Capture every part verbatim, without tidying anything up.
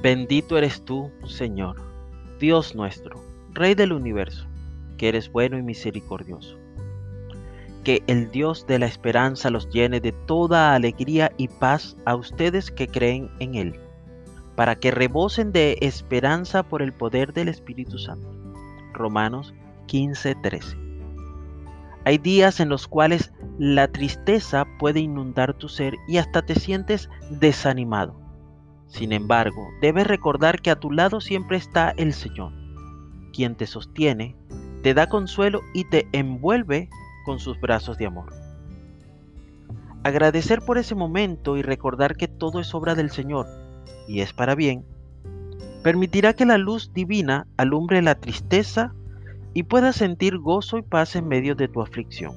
Bendito eres tú, Señor, Dios nuestro, Rey del universo, que eres bueno y misericordioso. Que el Dios de la esperanza los llene de toda alegría y paz a ustedes que creen en Él, para que rebosen de esperanza por el poder del Espíritu Santo. Romanos quince, trece. Hay días en los cuales la tristeza puede inundar tu ser y hasta te sientes desanimado. Sin embargo, debes recordar que a tu lado siempre está el Señor, quien te sostiene, te da consuelo y te envuelve con sus brazos de amor. Agradecer por ese momento y recordar que todo es obra del Señor y es para bien, permitirá que la luz divina alumbre la tristeza y puedas sentir gozo y paz en medio de tu aflicción.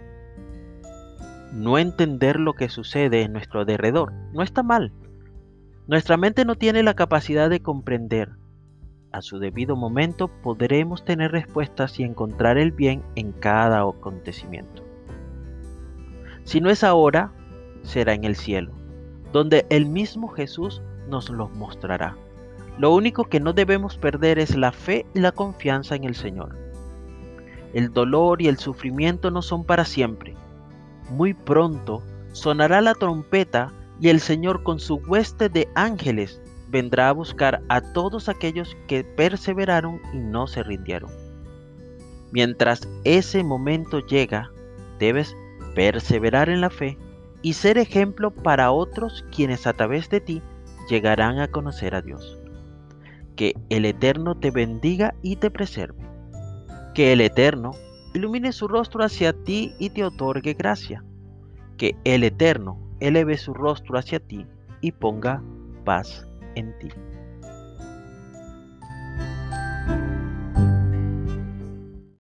No entender lo que sucede en nuestro alrededor no está mal. Nuestra mente no tiene la capacidad de comprender. A su debido momento podremos tener respuestas y encontrar el bien en cada acontecimiento. Si no es ahora, será en el cielo, donde el mismo Jesús nos lo mostrará. Lo único que no debemos perder es la fe y la confianza en el Señor. El dolor y el sufrimiento no son para siempre. Muy pronto sonará la trompeta y el Señor con su hueste de ángeles vendrá a buscar a todos aquellos que perseveraron y no se rindieron. Mientras ese momento llega, debes perseverar en la fe y ser ejemplo para otros quienes a través de ti llegarán a conocer a Dios. Que el Eterno te bendiga y te preserve. Que el Eterno ilumine su rostro hacia ti y te otorgue gracia. Que el Eterno eleve su rostro hacia ti y ponga paz en ti.